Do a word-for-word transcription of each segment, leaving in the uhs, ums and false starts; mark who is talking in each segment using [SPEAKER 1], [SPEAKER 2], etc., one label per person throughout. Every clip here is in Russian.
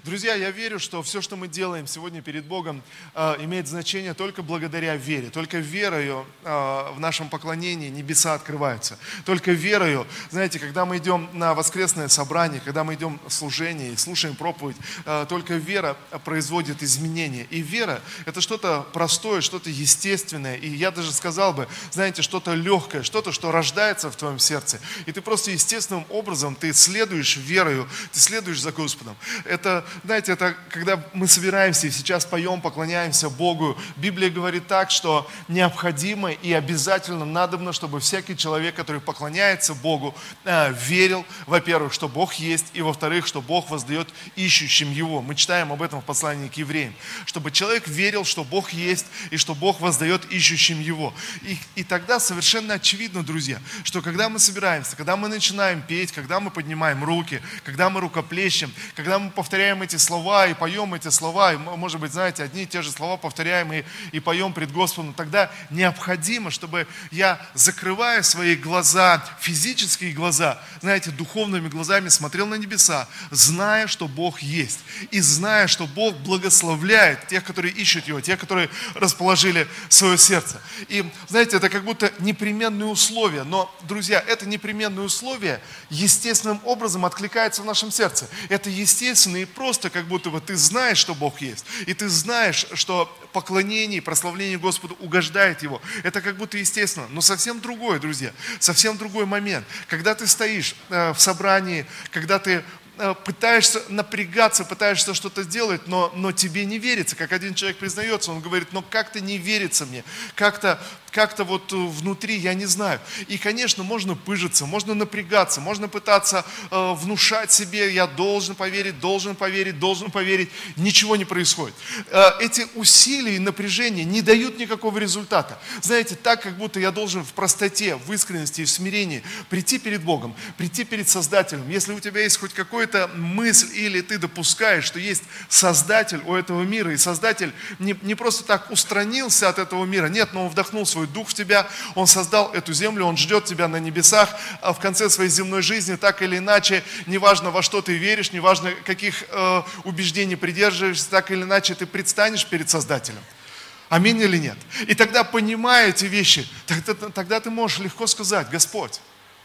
[SPEAKER 1] Друзья, я верю, что все, что мы делаем сегодня перед Богом, э, имеет значение только благодаря вере. Только верою э, в нашем поклонении небеса открываются. Только верою, знаете, когда мы идем на воскресное собрание, когда мы идем в служение и слушаем проповедь, э, только вера производит изменения. И вера – это что-то простое, что-то естественное. И я даже сказал бы, знаете, что-то легкое, что-то, что рождается в твоем сердце. И ты просто естественным образом, ты следуешь верою, ты следуешь за Господом. Это Знаете, это когда мы собираемся и сейчас поем, поклоняемся Богу, Библия говорит так, что необходимо и обязательно надобно, чтобы всякий человек, который поклоняется Богу, верил, во-первых, что Бог есть, и во-вторых, что Бог воздает ищущим Его. Мы читаем об этом в послании к евреям. Чтобы человек верил, что Бог есть, и что Бог воздает ищущим Его. И, и тогда совершенно очевидно, друзья, что когда мы собираемся, когда мы начинаем петь, когда мы поднимаем руки, когда мы рукоплещем, когда мы повторяем эти слова и поем эти слова, и, может быть, знаете, одни и те же слова повторяем и, и поем пред Господом, тогда необходимо, чтобы я, закрывая свои глаза, физические глаза, знаете, духовными глазами смотрел на небеса, зная, что Бог есть, и зная, что Бог благословляет тех, которые ищут Его, тех, которые расположили свое сердце. И, знаете, это как будто непременные условия, но, друзья, это непременные условия естественным образом откликается в нашем сердце. Это естественно и просто, как будто бы ты знаешь, что Бог есть, и ты знаешь, что поклонение и прославление Господу угождает Его. Это как будто естественно, но совсем другое, друзья, совсем другой момент. Когда ты стоишь э, в собрании, когда ты пытаешься напрягаться, пытаешься что-то сделать, но, но тебе не верится. Как один человек признается, он говорит, но как-то не верится мне, как-то как-то вот внутри, я не знаю. И, конечно, можно пыжиться, можно напрягаться, можно пытаться э, внушать себе, я должен поверить, должен поверить, должен поверить. Ничего не происходит. Э, эти усилия и напряжения не дают никакого результата. Знаете, так, как будто я должен в простоте, в искренности и в смирении прийти перед Богом, прийти перед Создателем. Если у тебя есть хоть какая-то мысль или ты допускаешь, что есть Создатель у этого мира, и Создатель не, не просто так устранился от этого мира, нет, но Он вдохнул свой Дух в тебя, Он создал эту землю, Он ждет тебя на небесах, а в конце своей земной жизни, так или иначе, неважно во что ты веришь, неважно каких э, убеждений придерживаешься, так или иначе ты предстанешь перед Создателем. Аминь или нет? И тогда, понимая эти вещи, тогда, тогда ты можешь легко сказать, Господь,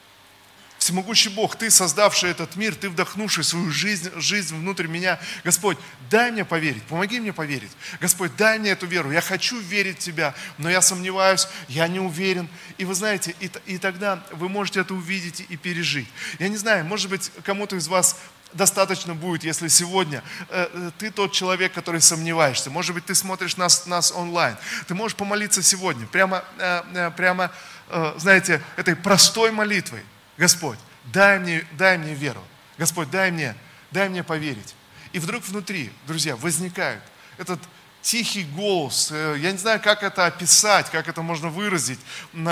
[SPEAKER 1] всемогущий Бог, Ты, создавший этот мир, Ты, вдохнувший свою жизнь, жизнь внутрь меня, Господь, дай мне поверить, помоги мне поверить. Господь, дай мне эту веру, я хочу верить в Тебя, но я сомневаюсь, я не уверен. И вы знаете, и, и тогда вы можете это увидеть и пережить. Я не знаю, может быть, кому-то из вас достаточно будет, если сегодня э, ты тот человек, который сомневаешься. Может быть, ты смотришь нас, нас онлайн. Ты можешь помолиться сегодня, прямо, э, э, прямо э, знаете, этой простой молитвой. Господь, дай мне, дай мне веру. Господь, дай мне, дай мне поверить. И вдруг внутри, друзья, возникает этот тихий голос. Я не знаю, как это описать, как это можно выразить.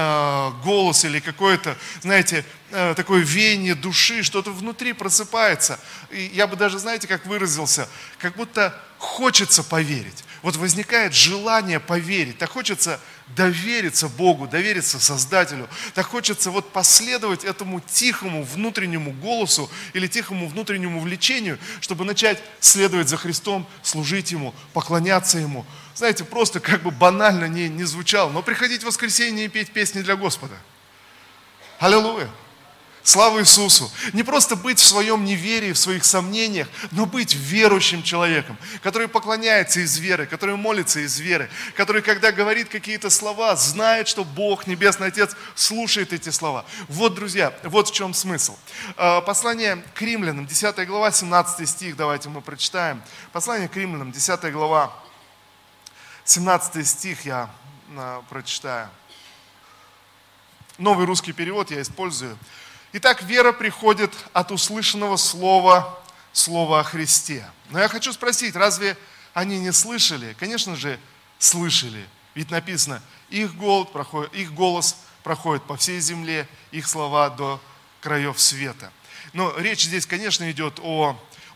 [SPEAKER 1] Голос или какое-то, знаете, такое веяние души, что-то внутри просыпается. И я бы даже, знаете, как выразился, как будто хочется поверить. Вот возникает желание поверить, так хочется довериться Богу, довериться Создателю, так хочется вот последовать этому тихому внутреннему голосу или тихому внутреннему влечению, чтобы начать следовать за Христом, служить Ему, поклоняться Ему. Знаете, просто как бы банально не, не звучало, но приходить в воскресенье и петь песни для Господа. Аллилуйя! Слава Иисусу! Не просто быть в своем неверии, в своих сомнениях, но быть верующим человеком, который поклоняется из веры, который молится из веры, который, когда говорит какие-то слова, знает, что Бог, Небесный Отец, слушает эти слова. Вот, друзья, вот в чем смысл. Послание к Римлянам, десятая глава, семнадцатый стих, давайте мы прочитаем. Послание к Римлянам, десятая глава, семнадцатый стих я прочитаю. Новый русский перевод я использую. Итак, вера приходит от услышанного слова, слова о Христе. Но я хочу спросить, разве они не слышали? Конечно же, слышали. Ведь написано, их голос проходит, их голос проходит по всей земле, их слова до краев света. Но речь здесь, конечно, идет о,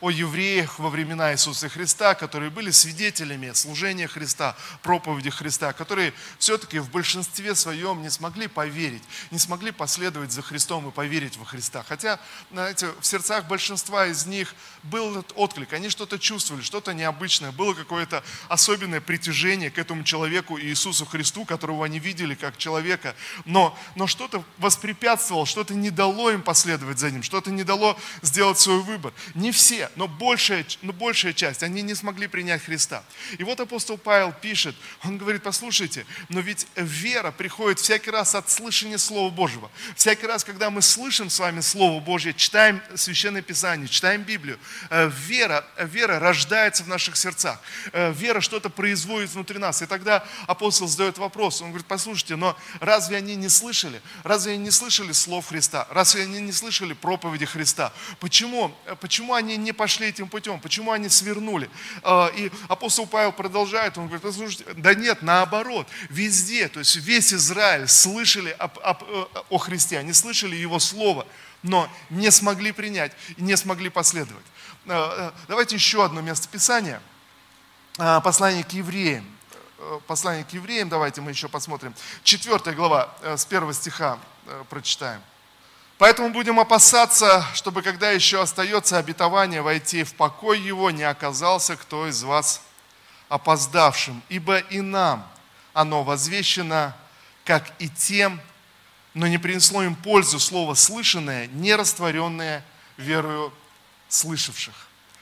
[SPEAKER 1] о евреях во времена Иисуса Христа, которые были свидетелями служения Христа, проповеди Христа, которые все-таки в большинстве своем не смогли поверить, не смогли последовать за Христом и поверить во Христа. Хотя, знаете, в сердцах большинства из них был этот отклик, они что-то чувствовали, что-то необычное, было какое-то особенное притяжение к этому человеку Иисусу Христу, которого они видели как человека, но, но что-то воспрепятствовало, что-то не дало им последовать за ним, что-то не дало сделать свой выбор. Не все, но большая, но большая часть, они не смогли принять Христа. И вот апостол Павел пишет, он говорит, послушайте, но ведь вера приходит всякий раз от слышания Слова Божьего. Всякий раз, когда мы слышим с вами Слово Божье, читаем Священное Писание, читаем Библию, вера, вера рождается в наших сердцах. Вера что-то производит внутри нас. И тогда апостол задает вопрос, он говорит, послушайте, но разве они не слышали? Разве они не слышали слов Христа? Разве они не слышали проповеди Христа? Почему? Почему они не пошли этим путем? Почему они свернули? И апостол Павел продолжает, он говорит, послушайте, да нет, наоборот, везде, то есть весь Израиль слышали об, об, о Христе, они слышали Его Слово, но не смогли принять и не смогли последовать. Давайте еще одно место Писания, послание к евреям. Послание к евреям, давайте мы еще посмотрим. Четвертая глава, с первого стиха прочитаем. Поэтому будем опасаться, чтобы когда еще остается обетование войти в покой его, не оказался кто из вас опоздавшим. Ибо и нам оно возвещено, как и тем, но не принесло им пользу слово слышанное, не растворенное верою слышавших.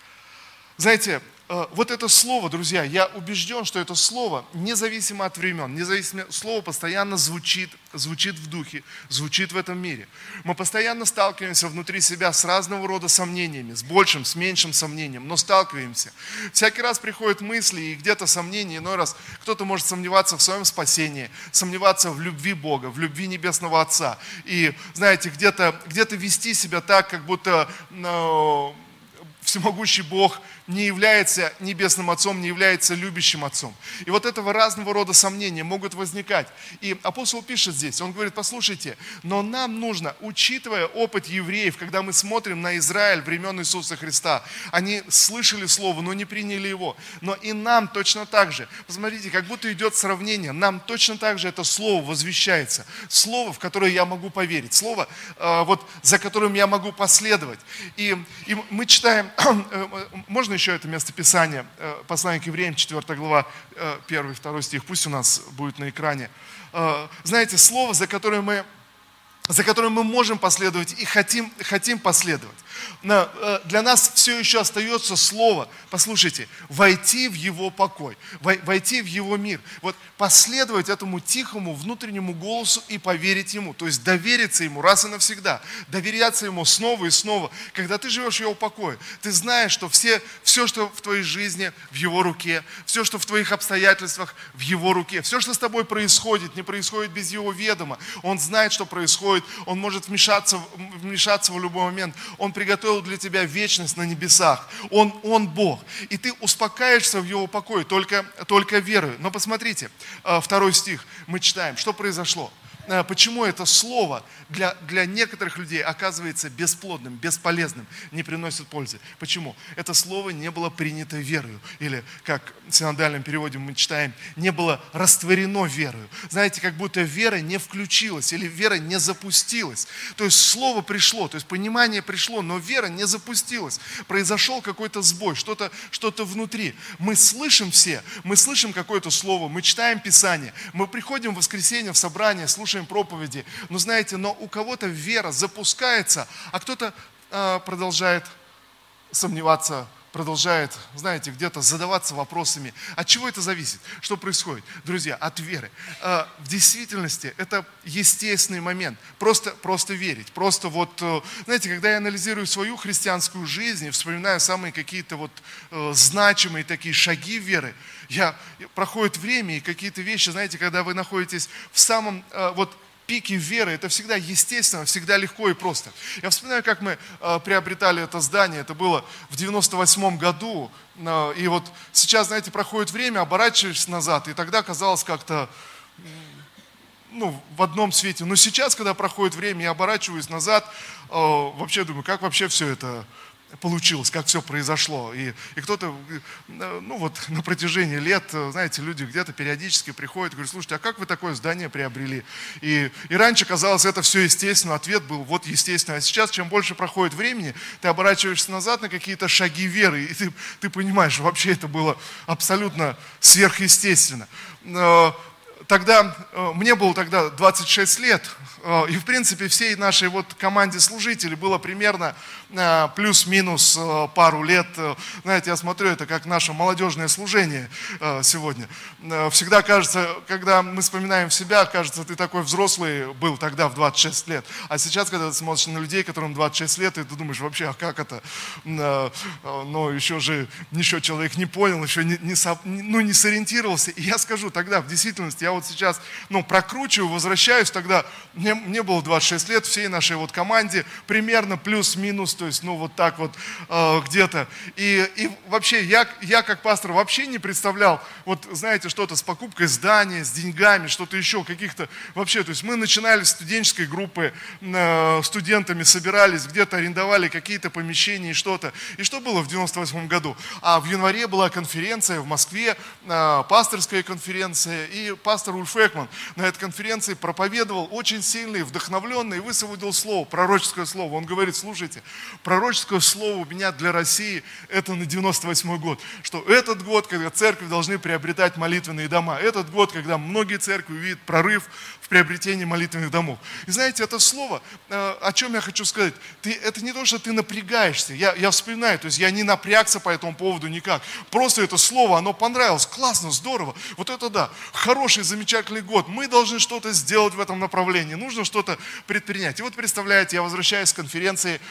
[SPEAKER 1] Знаете, вот это слово, друзья, я убежден, что это слово, независимо от времен, независимо, слово постоянно звучит, звучит в духе, звучит в этом мире. Мы постоянно сталкиваемся внутри себя с разного рода сомнениями, с большим, с меньшим сомнением, но сталкиваемся. Всякий раз приходят мысли и где-то сомнения, иной раз кто-то может сомневаться в своем спасении, сомневаться в любви Бога, в любви Небесного Отца. И, знаете, где-то, где-то вести себя так, как будто ну, всемогущий Бог не является небесным отцом, не является любящим отцом. И вот этого разного рода сомнения могут возникать. И апостол пишет здесь, он говорит, послушайте, но нам нужно, учитывая опыт евреев, когда мы смотрим на Израиль времен Иисуса Христа, они слышали Слово, но не приняли его. Но и нам точно так же, посмотрите, как будто идет сравнение, нам точно так же это Слово возвещается. Слово, в которое я могу поверить, Слово, вот, за которым я могу последовать. И, и мы читаем, можно еще это место Писания, послание к евреям, четвёртая глава, первый, второй стих, пусть у нас будет на экране. Знаете, слово, за которое мы, за которым мы можем последовать и хотим, хотим последовать. Но для нас все еще остается слово, послушайте, войти в Его покой, войти в Его мир. Вот последовать этому тихому внутреннему голосу и поверить Ему, то есть довериться Ему раз и навсегда, доверяться Ему снова и снова. Когда ты живешь в Его покое, ты знаешь, что все, все, что в твоей жизни, в Его руке, все, что в твоих обстоятельствах, в Его руке, все, что с тобой происходит, не происходит без Его ведома. Он знает, что происходит, Он может вмешаться, вмешаться в любой момент. Он приготовил для тебя вечность на небесах. Он, он Бог. И ты успокаиваешься в Его покое только, только верою. Но посмотрите, второй стих мы читаем, что произошло. Почему это слово для, для некоторых людей оказывается бесплодным, бесполезным, не приносит пользы? Почему? Это слово не было принято верою. Или, как в синодальном переводе мы читаем, не было растворено верою. Знаете, как будто вера не включилась или вера не запустилась. То есть слово пришло, то есть понимание пришло, но вера не запустилась. Произошел какой-то сбой, что-то, что-то внутри. Мы слышим все, мы слышим какое-то слово, мы читаем Писание, мы приходим в воскресенье в собрание, слушаем проповеди, но знаете, но у кого-то вера запускается, а кто-то э, продолжает сомневаться, продолжает, знаете, где-то задаваться вопросами. От чего это зависит? Что происходит? Друзья, от веры. Э, в действительности это естественный момент. Просто, просто верить. Просто вот, э, знаете, когда я анализирую свою христианскую жизнь и вспоминаю самые какие-то вот э, значимые такие шаги веры, я, проходит время и какие-то вещи, знаете, когда вы находитесь в самом э, вот пике веры, это всегда естественно, всегда легко и просто. Я вспоминаю, как мы э, приобретали это здание, это было в девяносто восьмом году, э, и вот сейчас, знаете, проходит время, оборачиваешься назад, и тогда казалось как-то, ну, в одном свете. Но сейчас, когда проходит время, я оборачиваюсь назад, э, вообще думаю, как вообще все это получилось, как все произошло. И, и кто-то, ну вот на протяжении лет, знаете, люди где-то периодически приходят и говорят: слушайте, а как вы такое здание приобрели? И, и раньше казалось, это все естественно, ответ был вот естественно. А сейчас, чем больше проходит времени, ты оборачиваешься назад на какие-то шаги веры, и ты, ты понимаешь, что вообще это было абсолютно сверхъестественно. Тогда, мне было тогда двадцать шесть лет, и в принципе всей нашей вот команде служителей было примерно плюс-минус пару лет. Знаете, я смотрю, это как наше молодежное служение сегодня. Всегда кажется, когда мы вспоминаем себя, кажется, ты такой взрослый был тогда в двадцать шесть лет. А сейчас, когда ты смотришь на людей, которым двадцать шесть лет, и ты думаешь: вообще, а как это? Но еще же ничего человек не понял, еще не, не, ну, не сориентировался. И я скажу, тогда в действительности я вот сейчас ну, прокручиваю, возвращаюсь, тогда мне, мне было двадцать шесть лет, всей нашей вот команде примерно плюс-минус, то есть ну вот так вот э, где-то. И, и вообще я, я как пастор вообще не представлял, вот знаете, что-то с покупкой здания, с деньгами, что-то еще, каких-то вообще, то есть мы начинали с студенческой группы, э, студентами собирались, где-то арендовали какие-то помещения и что-то. И что было в девяносто восьмом году? А в январе была конференция в Москве, э, пасторская конференция, и пастор Ульф Экман на этой конференции проповедовал очень сильный, вдохновленный, и высвободил слово, пророческое слово. Он говорит: слушайте, пророческое слово у меня для России это на девяносто восьмой год, что этот год, когда церкви должны приобретать молитвенные дома, этот год, когда многие церкви увидят прорыв в приобретении молитвенных домов. И знаете, это слово, о чем я хочу сказать, ты, это не то, что ты напрягаешься, я, я вспоминаю, то есть я не напрягся по этому поводу никак, просто это слово, оно понравилось, классно, здорово, вот это да, хороший, замечательный год, мы должны что-то сделать в этом направлении, нужно что-то предпринять. И вот представляете, я возвращаюсь с конференции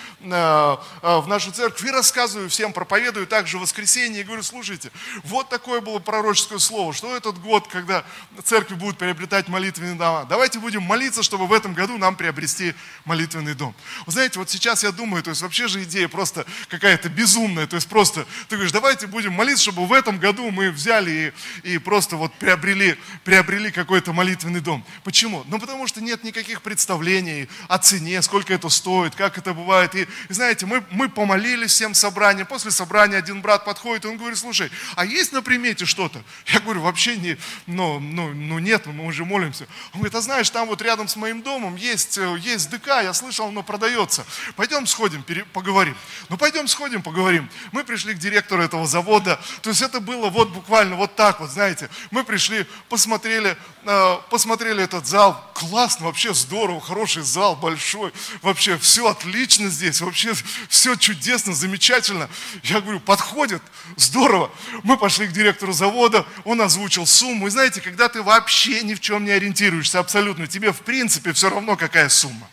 [SPEAKER 1] в нашу церковь и рассказываю всем, проповедую также в воскресенье и говорю: слушайте, вот такое было пророческое слово, что этот год, когда церкви будут приобретать молитвенные дома, давайте будем молиться, чтобы в этом году нам приобрести молитвенный дом. Вы знаете, вот сейчас я думаю, то есть вообще же идея просто какая-то безумная, то есть просто ты говоришь: давайте будем молиться, чтобы в этом году мы взяли и, и просто вот приобрели, приобрели какой-то молитвенный дом. Почему? Ну потому что нет никаких представлений о цене, сколько это стоит, как это бывает. И, и знаете, мы, мы помолились всем собранием, после собрания один брат подходит, и он говорит: слушай, а есть на примете что-то? Я говорю: вообще не, ну, ну, ну нет, мы уже молимся. Он говорит: а знаешь, там вот рядом с моим домом есть, есть ДК, я слышал, оно продается. Пойдем сходим, пере, поговорим. Ну пойдем сходим, поговорим. Мы пришли к директору этого завода, то есть это было вот буквально вот так вот, знаете. Мы пришли, посмотрели, э, посмотрели этот зал, классно, вообще здорово, хороший зал, большой, вообще все отлично здесь, вообще все чудесно, замечательно. Я говорю: подходит, здорово. Мы пошли к директору завода, он озвучил сумму. И знаете, когда ты вообще ни в чем не ориентируешься абсолютно, тебе в принципе все равно какая сумма.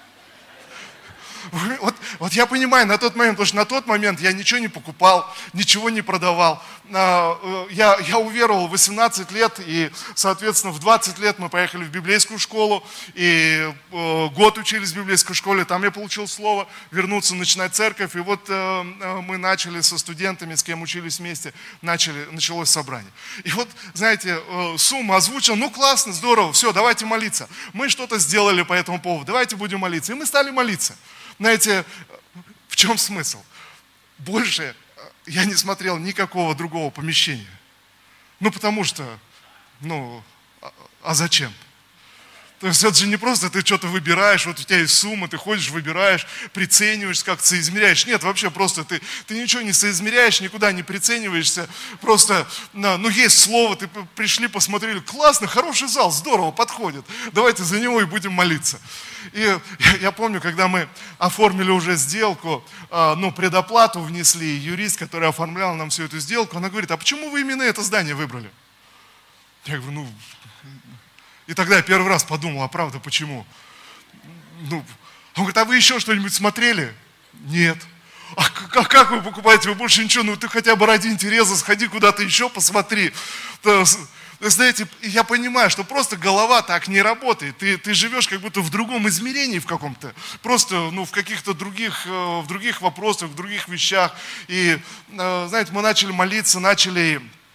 [SPEAKER 1] Вот, вот я понимаю на тот момент, потому что на тот момент я ничего не покупал, ничего не продавал. Я, я уверовал в восемнадцать лет, и, соответственно, в двадцать лет мы поехали в библейскую школу, и год учились в библейской школе, там я получил слово вернуться, начинать церковь, и вот мы начали со студентами, с кем учились вместе, начали, началось собрание. И вот, знаете, сумма озвучила: ну классно, здорово, все, давайте молиться. Мы что-то сделали по этому поводу, давайте будем молиться. И мы стали молиться. Знаете, в чем смысл? Больше я не смотрел никакого другого помещения. Ну, потому что, ну, а, а зачем? То есть это же не просто ты что-то выбираешь, вот у тебя есть сумма, ты ходишь, выбираешь, прицениваешься, как-то соизмеряешь. Нет, вообще просто ты, ты ничего не соизмеряешь, никуда не прицениваешься. Просто, ну, есть слово, ты пришли, посмотрели, классно, хороший зал, здорово, подходит. Давайте за него и будем молиться. И я, я помню, когда мы оформили уже сделку, ну, предоплату внесли, юрист, который оформлял нам всю эту сделку, она говорит: а почему вы именно это здание выбрали? Я говорю: ну... И тогда я первый раз подумал: а правда, почему? Ну, он говорит: а вы еще что-нибудь смотрели? Нет. А как, как вы покупаете? Вы больше ничего, ну ты хотя бы ради интереса сходи куда-то еще, посмотри. Знаете, я понимаю, что просто голова так не работает. Ты, ты живешь как будто в другом измерении в каком-то. Просто ну, в каких-то других, в других вопросах, в других вещах. И, знаете, мы начали молиться, начали...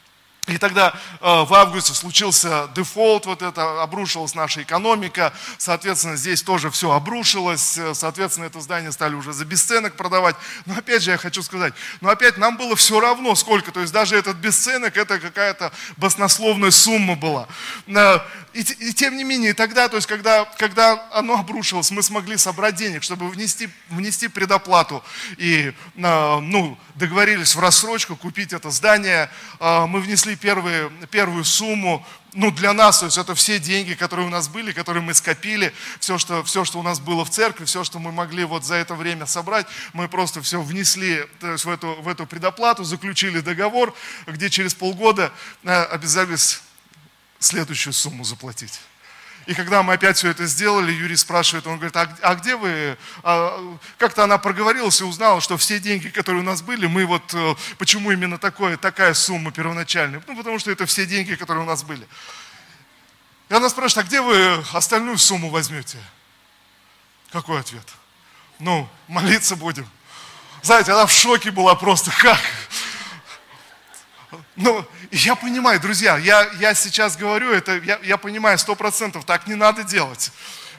[SPEAKER 1] И тогда э, в августе случился дефолт, вот это, обрушилась наша экономика, соответственно, здесь тоже все обрушилось, соответственно, это здание стали уже за бесценок продавать. Но опять же я хочу сказать, но опять нам было все равно сколько, то есть даже этот бесценок, это какая-то баснословная сумма была. И, и тем не менее, тогда, то есть когда, когда оно обрушилось, мы смогли собрать денег, чтобы внести, внести предоплату и ну, договорились в рассрочку купить это здание. Мы внесли первые, первую сумму, ну, для нас, то есть это все деньги, которые у нас были, которые мы скопили, все что, все, что у нас было в церкви, все, что мы могли вот за это время собрать, мы просто все внесли, то есть в эту, в эту предоплату, заключили договор, где через полгода обязались следующую сумму заплатить. И когда мы опять все это сделали, Юрий спрашивает, он говорит, а, а где вы? А, как-то она проговорилась и узнала, что все деньги, которые у нас были, мы вот, почему именно такое, такая сумма первоначальная? Ну, потому что это все деньги, которые у нас были. И она спрашивает, а где вы остальную сумму возьмете? Какой ответ? Ну, молиться будем. Знаете, она в шоке была просто, как? Ну, я понимаю, друзья, я, я сейчас говорю, это, я, я понимаю, сто процентов так не надо делать.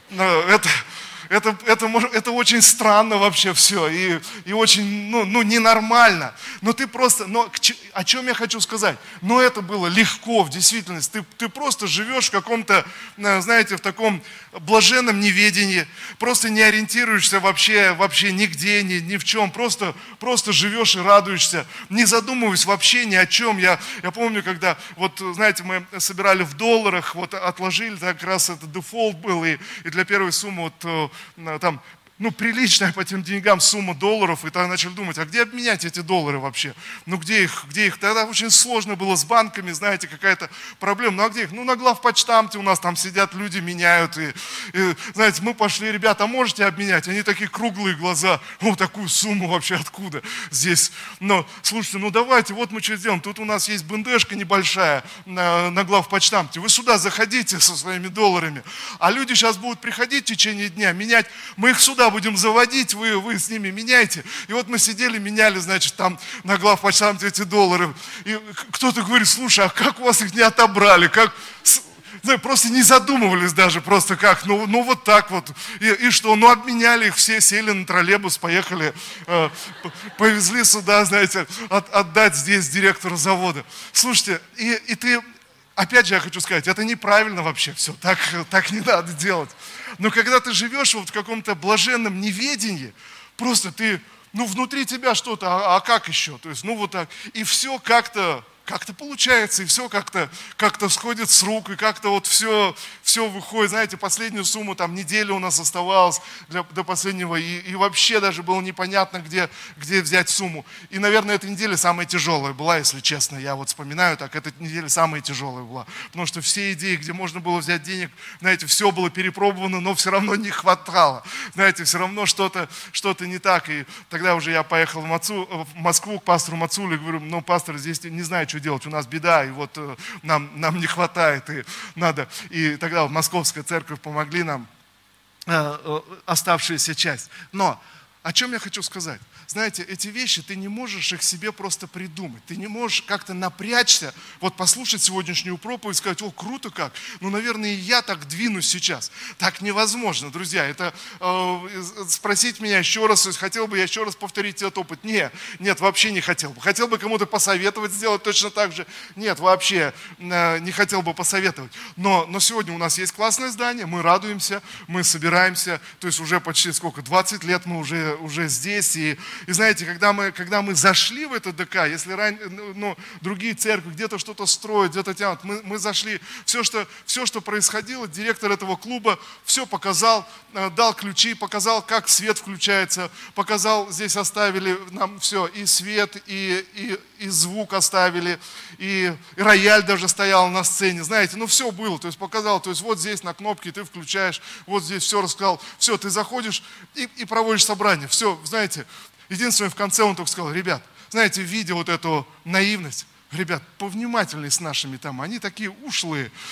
[SPEAKER 1] Это, это, это, это очень странно вообще все, и, и очень, ну, ну, ненормально. Но ты просто, но о чем я хочу сказать? Но это было легко в действительности. Ты, ты просто живешь в каком-то, знаете, в таком блаженном неведении, просто не ориентируешься вообще, вообще нигде, ни, ни в чем, просто, просто живешь и радуешься, не задумываясь вообще ни о чем. Я, я помню, когда, вот, знаете, мы собирали в долларах, вот отложили, так раз это дефолт был, и, и для первой суммы вот там, ну, приличная по тем деньгам сумма долларов, и тогда начали думать, а где обменять эти доллары вообще? Ну, где их, где их? Тогда очень сложно было с банками, знаете, какая-то проблема. Ну, а где их? Ну, на главпочтамте у нас там сидят люди, меняют, и, и знаете, мы пошли, ребята, а можете обменять? Они такие круглые глаза, о, такую сумму вообще откуда здесь? Но, слушайте, ну, давайте, вот мы что сделаем, тут у нас есть бендешка небольшая на, на главпочтамте, вы сюда заходите со своими долларами, а люди сейчас будут приходить в течение дня, менять, мы их сюда будем заводить, вы, вы с ними меняйте. И вот мы сидели, меняли, значит, там на главпочтамте эти доллары. И кто-то говорит, слушай, а как у вас их не отобрали? Как... Знаете, просто не задумывались даже, просто как, ну, ну вот так вот. И, и что, ну обменяли их все, сели на троллейбус, поехали, э, повезли сюда, знаете, от, отдать здесь директору завода. Слушайте, и, и ты... Опять же, я хочу сказать, это неправильно вообще все, так, так не надо делать. Но когда ты живешь вот в каком-то блаженном неведении, просто ты, ну, внутри тебя что-то, а, а как еще? То есть, ну, вот так. И все как-то, как-то получается, и все как-то, как-то сходит с рук, и как-то вот все, все выходит. Знаете, последнюю сумму, там, неделя у нас оставалась для, до последнего, и, и вообще даже было непонятно, где, где взять сумму. И, наверное, эта неделя самая тяжелая была, если честно. Я вот вспоминаю так, эта неделя самая тяжелая была. Потому что все идеи, где можно было взять денег, знаете, все было перепробовано, но все равно не хватало. Знаете, все равно что-то, что-то не так. И тогда уже я поехал в, Мацу, в Москву к пастору Мацуле, говорю, ну, пастор, здесь не знаю, что делать, у нас беда, и вот э, нам, нам не хватает, и надо. И тогда вот Московская церковь помогли нам, э, э, оставшаяся часть. Но о чем я хочу сказать? Знаете, эти вещи, ты не можешь их себе просто придумать. Ты не можешь как-то напрячься, вот послушать сегодняшнюю проповедь и сказать, о, круто как, ну, наверное, и я так двинусь сейчас. Так невозможно, друзья. Это э, спросить меня еще раз, то есть хотел бы я еще раз повторить этот опыт. Нет, нет, вообще не хотел бы. Хотел бы кому-то посоветовать сделать точно так же. Нет, вообще э, не хотел бы посоветовать. Но, но сегодня у нас есть классное здание, мы радуемся, мы собираемся, то есть уже почти сколько, двадцать лет мы уже, уже здесь, и И знаете, когда мы, когда мы зашли в это ДК, если ран, ну, другие церкви где-то что-то строят, где-то тянут, мы, мы зашли, все что, все, что происходило, директор этого клуба все показал, дал ключи, показал, как свет включается, показал, здесь оставили нам все, и свет, и, и, и звук оставили, и, и рояль даже стоял на сцене, знаете, ну все было, то есть показал, то есть вот здесь на кнопке ты включаешь, вот здесь все рассказал, все, ты заходишь и, и проводишь собрание, все, знаете. Единственное, в конце он только сказал, ребят, знаете, видя вот эту наивность, ребят, повнимательнее с нашими там, они такие ушлые,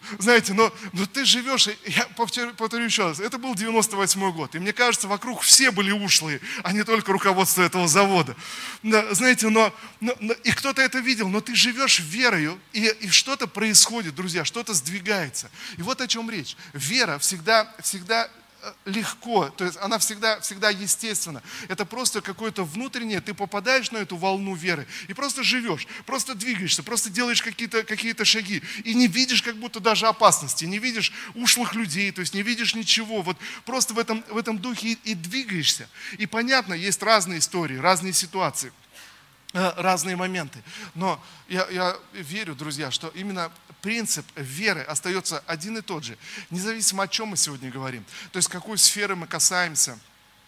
[SPEAKER 1] знаете, но, но ты живешь, я повторю, повторю еще раз, это был девяносто восьмой год, и мне кажется, вокруг все были ушлые, а не только руководство этого завода. Да, знаете, но, но, но и кто-то это видел, но ты живешь верою, и, и что-то происходит, друзья, что-то сдвигается. И вот о чем речь. Вера всегда, всегда легко, то есть она всегда, всегда естественна. Это просто какое-то внутреннее, ты попадаешь на эту волну веры и просто живешь, просто двигаешься, просто делаешь какие-то, какие-то шаги и не видишь как будто даже опасности, не видишь ушлых людей, то есть не видишь ничего, вот просто в этом, в этом духе и, и двигаешься. И понятно, есть разные истории, разные ситуации, разные моменты. Но я, я верю, друзья, что именно принцип веры остается один и тот же, независимо о чем мы сегодня говорим. То есть какой сферы мы касаемся,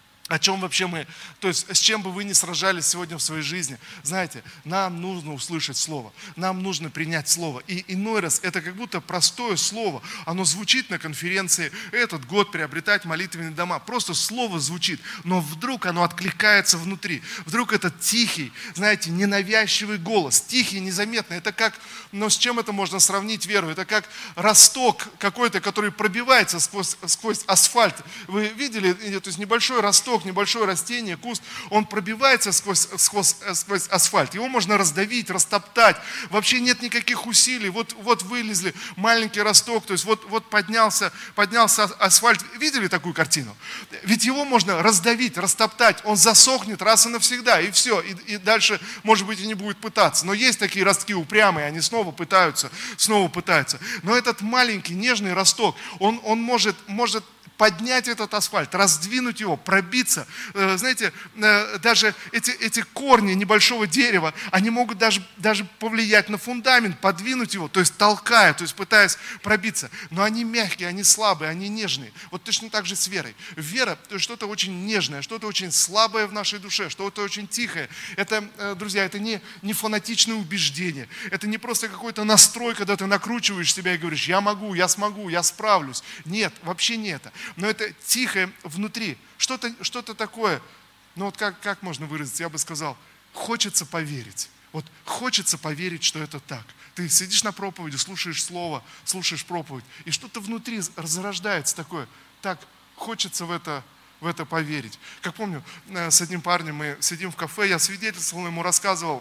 [SPEAKER 1] о чем вообще мы, то есть с чем бы вы ни сражались сегодня в своей жизни, знаете, нам нужно услышать Слово, нам нужно принять Слово. И иной раз это как будто простое Слово, оно звучит на конференции, этот год приобретать молитвенные дома, просто Слово звучит, но вдруг оно откликается внутри, вдруг этот тихий, знаете, ненавязчивый голос, тихий, незаметный, это как, но с чем это можно сравнить веру, это как росток какой-то, который пробивается сквозь, сквозь асфальт. Вы видели, то есть небольшой росток, небольшое растение, куст, он пробивается сквозь, сквозь, сквозь асфальт. Его можно раздавить, растоптать. Вообще нет никаких усилий. Вот, вот вылезли маленький росток, то есть вот, вот поднялся, поднялся асфальт. Видели такую картину? Ведь его можно раздавить, растоптать. Он засохнет раз и навсегда, и все. И, и дальше, может быть, и не будет пытаться. Но есть такие ростки упрямые, они снова пытаются, снова пытаются. Но этот маленький нежный росток, он, он может, может поднять этот асфальт, раздвинуть его, пробиться. Знаете, даже эти, эти корни небольшого дерева, они могут даже, даже повлиять на фундамент, подвинуть его, то есть толкая, то есть пытаясь пробиться. Но они мягкие, они слабые, они нежные. Вот точно так же с верой. Вера – что-то очень нежное, что-то очень слабое в нашей душе, что-то очень тихое. Это, друзья, это не, не фанатичное убеждение, это не просто какой-то настрой, когда ты накручиваешь себя и говоришь: я могу, я смогу, я справлюсь. Нет, вообще не это. Но это тихое внутри, что-то, что-то такое, ну вот как, как можно выразить, я бы сказал, хочется поверить. Вот хочется поверить, что это так. Ты сидишь на проповеди, слушаешь слово, слушаешь проповедь, и что-то внутри разрождается такое, так хочется в это, в это поверить. Как помню, с одним парнем мы сидим в кафе, я свидетельствовал, ему рассказывал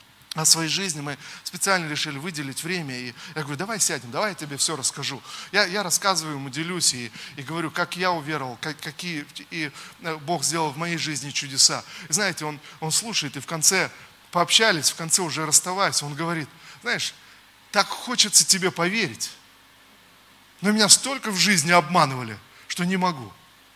[SPEAKER 1] о своей жизни, мы специально решили выделить время, и я говорю: давай сядем, давай я тебе все расскажу. Я, я рассказываю ему, делюсь и, и говорю, как я уверовал, как, какие и Бог сделал в моей жизни чудеса. И знаете, он, он слушает, и в конце пообщались, в конце уже расставаясь, он говорит: знаешь, так хочется тебе поверить, но меня столько в жизни обманывали, что не могу.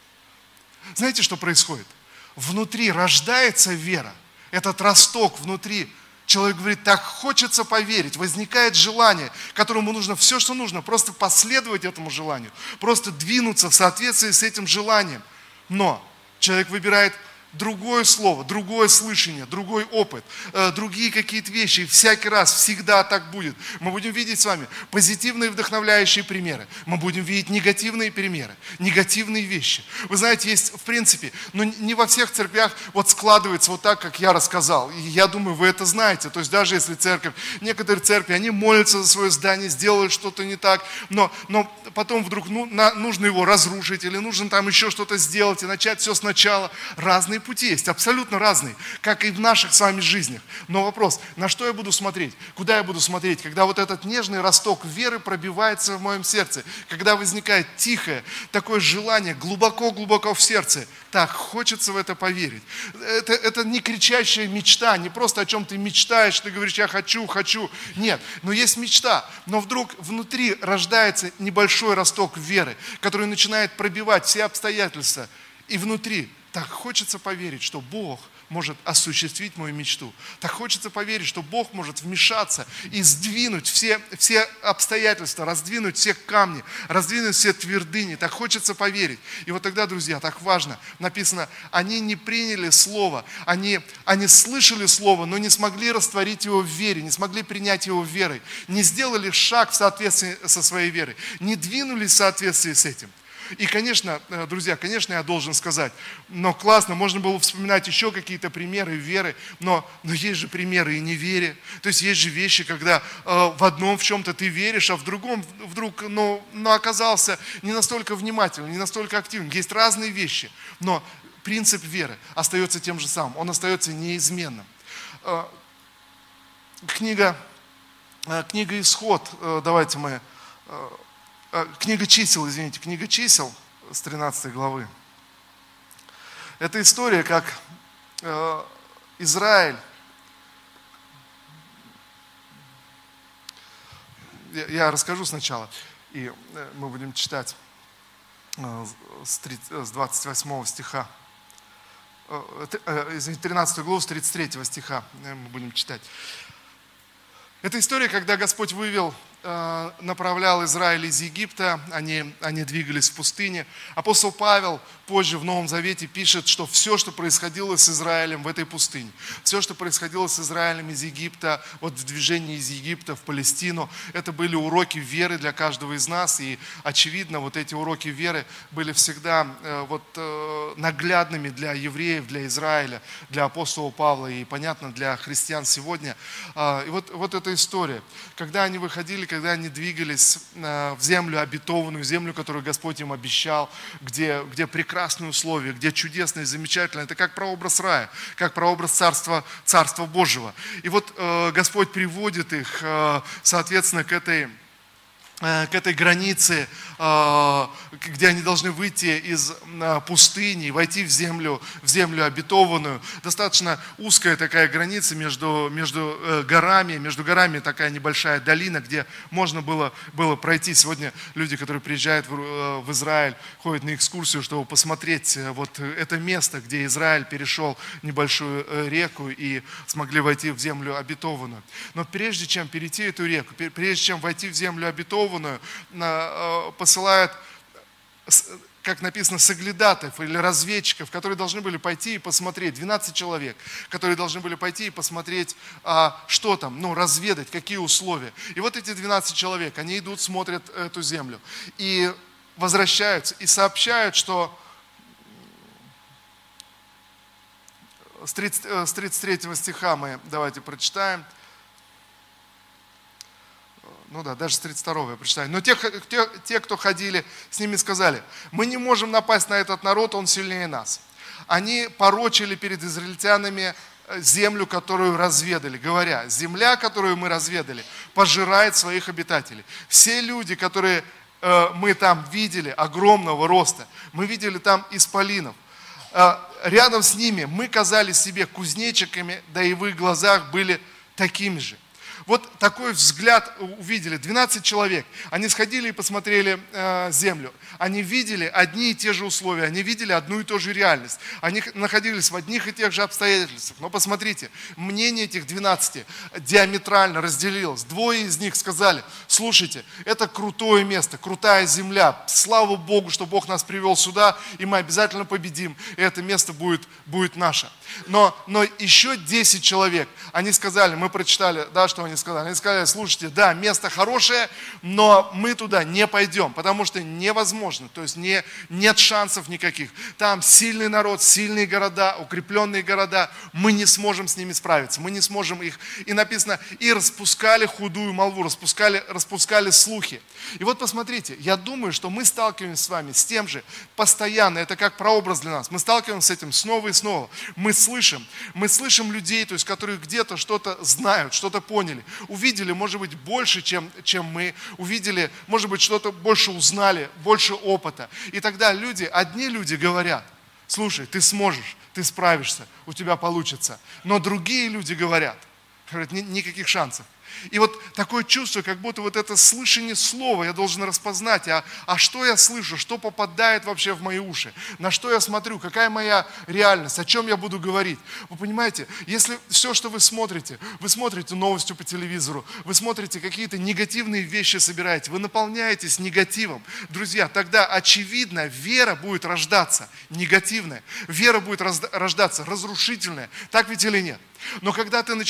[SPEAKER 1] Знаете, что происходит? Внутри рождается вера, этот росток внутри. Человек говорит: так хочется поверить, возникает желание, которому нужно все, что нужно, просто последовать этому желанию, просто двинуться в соответствии с этим желанием. Но человек выбирает другое слово, другое слышание, другой опыт, э, другие какие-то вещи. И всякий раз, всегда так будет. Мы будем видеть с вами позитивные вдохновляющие примеры. Мы будем видеть негативные примеры, негативные вещи. Вы знаете, есть в принципе, но не во всех церквях вот складывается вот так, как я рассказал. И я думаю, вы это знаете. То есть даже если церковь, некоторые церкви, они молятся за свое здание, сделают что-то не так, но, но потом вдруг ну, на, нужно его разрушить или нужно там еще что-то сделать и начать все сначала. Разные пути есть, абсолютно разные, как и в наших с вами жизнях. Но вопрос: на что я буду смотреть? Куда я буду смотреть? Когда вот этот нежный росток веры пробивается в моем сердце, когда возникает тихое такое желание глубоко-глубоко в сердце, так хочется в это поверить. Это, это не кричащая мечта, не просто о чем ты мечтаешь, ты говоришь: я хочу, хочу. Нет, но есть мечта, но вдруг внутри рождается небольшой росток веры, который начинает пробивать все обстоятельства. И внутри так хочется поверить, что Бог может осуществить мою мечту. Так хочется поверить, что Бог может вмешаться и сдвинуть все, все обстоятельства, раздвинуть все камни, раздвинуть все твердыни. Так хочется поверить. И вот тогда, друзья, так важно, написано: они не приняли слово, они, они слышали слово, но не смогли растворить его в вере, не смогли принять его верой, не сделали шаг в соответствии со своей верой, не двинулись в соответствии с этим. И, конечно, друзья, конечно, я должен сказать, но классно, можно было вспоминать еще какие-то примеры веры, но, но есть же примеры и неверия. То есть есть же вещи, когда э, в одном в чем-то ты веришь, а в другом вдруг ну, ну, оказался не настолько внимательным, не настолько активным. Есть разные вещи, но принцип веры остается тем же самым, он остается неизменным. Э, книга, э, книга «Исход», э, давайте мы... Э, Книга чисел, извините, книга чисел с тринадцатой главы. Это история, как э, Израиль, я, я расскажу сначала, и мы будем читать э, с, тридцать, с двадцать восьмого стиха, э, э, извините, тринадцатую главу с тридцать третьего стиха мы будем читать. Это история, когда Господь вывел, направлял Израиль из Египта, они, они двигались в пустыне. Апостол Павел позже в Новом Завете пишет, что все, что происходило с Израилем в этой пустыне, все, что происходило с Израилем из Египта, вот в движении из Египта в Палестину, это были уроки веры для каждого из нас. И очевидно, вот эти уроки веры были всегда вот, наглядными для евреев, для Израиля, для апостола Павла и, понятно, для христиан сегодня. И вот, вот эта история, когда они выходили, когда они двигались в землю обетованную, землю, которую Господь им обещал, где, где прекрасные условия, где чудесно и замечательно. Это как прообраз рая, как прообраз Царства, Царства Божьего. И вот э, Господь приводит их, э, соответственно, к этой... к этой границе, где они должны выйти из пустыни, войти в землю, в землю обетованную. Достаточно узкая такая граница между, между горами, между горами такая небольшая долина, где можно было, было пройти. Сегодня люди, которые приезжают в, в Израиль, ходят на экскурсию, чтобы посмотреть вот это место, где Израиль перешел небольшую реку и смогли войти в землю обетованную. Но прежде чем перейти эту реку, прежде чем войти в землю обетованную, посылают, как написано, соглядатаев или разведчиков, которые должны были пойти и посмотреть, двенадцать человек, которые должны были пойти и посмотреть, что там, ну, разведать, какие условия. И вот эти двенадцать человек, они идут, смотрят эту землю и возвращаются, и сообщают, что с тридцать третьего стиха мы давайте прочитаем. Ну да, даже с тридцать второго я прочитаю. Но те, те, те, кто ходили, с ними сказали: мы не можем напасть на этот народ, он сильнее нас. Они порочили перед израильтянами землю, которую разведали, говоря: земля, которую мы разведали, пожирает своих обитателей. Все люди, которые э, мы там видели, огромного роста, мы видели там исполинов. Э, рядом с ними мы казались себе кузнечиками, да и в их глазах были такими же. Вот такой взгляд увидели. двенадцать человек. Они сходили и посмотрели э, землю. Они видели одни и те же условия. Они видели одну и ту же реальность. Они находились в одних и тех же обстоятельствах. Но посмотрите, мнение этих двенадцати диаметрально разделилось. Двое из них сказали: слушайте, это крутое место, крутая земля. Слава Богу, что Бог нас привел сюда, и мы обязательно победим. И это место будет, будет наше. Но, но еще десять человек, они сказали, мы прочитали, да, что они сказали. Они сказали: слушайте, да, место хорошее, но мы туда не пойдем, потому что невозможно, то есть не, нет шансов никаких. Там сильный народ, сильные города, укрепленные города, мы не сможем с ними справиться, мы не сможем их. И написано: и распускали худую молву, распускали, распускали слухи. И вот посмотрите, я думаю, что мы сталкиваемся с вами с тем же постоянно, это как прообраз для нас, мы сталкиваемся с этим снова и снова. Мы слышим, мы слышим людей, то есть, которые где-то что-то знают, что-то поняли, увидели, может быть, больше, чем, чем мы, увидели, может быть, что-то больше узнали, больше опыта. И тогда люди, одни люди говорят: слушай, ты сможешь, ты справишься, у тебя получится. Но другие люди говорят, говорят, никаких шансов. И вот такое чувство, как будто вот это слышание слова я должен распознать. А, а что я слышу, что попадает вообще в мои уши? На что я смотрю, какая моя реальность, о чем я буду говорить? Вы понимаете, если все, что вы смотрите, вы смотрите новости по телевизору, вы смотрите какие-то негативные вещи, собираете, вы наполняетесь негативом, друзья, тогда очевидно вера будет рождаться негативная, вера будет рождаться разрушительная. Так ведь или нет? Но когда ты начинаешь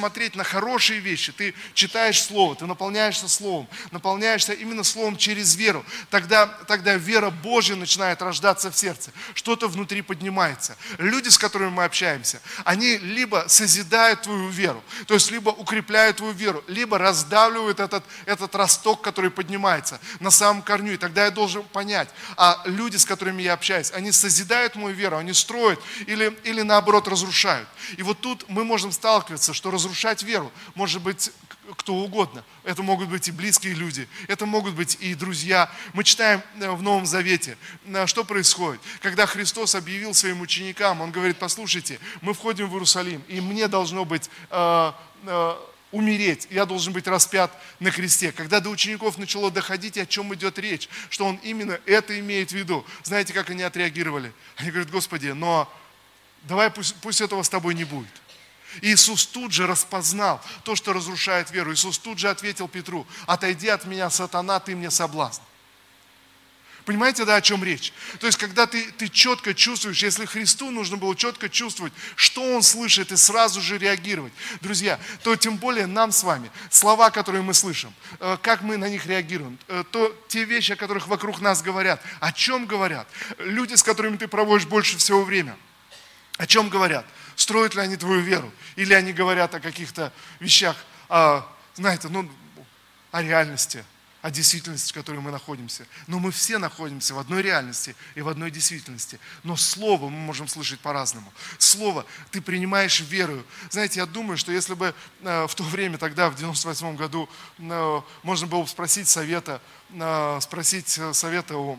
[SPEAKER 1] смотреть на хорошие вещи, ты читаешь Слово, ты наполняешься Словом, наполняешься именно Словом через веру, тогда, тогда вера Божья начинает рождаться в сердце, что-то внутри поднимается. Люди, с которыми мы общаемся, они либо созидают твою веру, то есть либо укрепляют твою веру, либо раздавливают этот, этот росток, который поднимается на самом корню. И тогда я должен понять, а люди, с которыми я общаюсь, они созидают мою веру, они строят или, или наоборот разрушают. И вот тут мы можем сталкиваться, что разрушать веру может быть кто угодно. Это могут быть и близкие люди, это могут быть и друзья. Мы читаем в Новом Завете, что происходит. Когда Христос объявил своим ученикам, Он говорит: послушайте, мы входим в Иерусалим, и мне должно быть э, э, умереть, я должен быть распят на кресте. Когда до учеников начало доходить, о чем идет речь, что Он именно это имеет в виду, знаете, как они отреагировали? Они говорят: Господи, но давай пусть, пусть этого с тобой не будет. Иисус тут же распознал то, что разрушает веру. Иисус тут же ответил Петру: отойди от меня, сатана, ты мне соблазн. Понимаете, да, о чем речь? То есть, когда ты, ты четко чувствуешь, если Христу нужно было четко чувствовать, что Он слышит, и сразу же реагировать, друзья, то тем более нам с вами, слова, которые мы слышим, как мы на них реагируем, то те вещи, о которых вокруг нас говорят, о чем говорят, люди, с которыми ты проводишь больше всего времени, о чем говорят, строят ли они твою веру, или они говорят о каких-то вещах, о, знаете, ну, о реальности, о действительности, в которой мы находимся. Но мы все находимся в одной реальности и в одной действительности. Но Слово мы можем слышать по-разному. Слово ты принимаешь верою. Знаете, я думаю, что если бы э, в то время, тогда, в девяносто восьмом году, э, можно было бы спросить совета, э, спросить совета у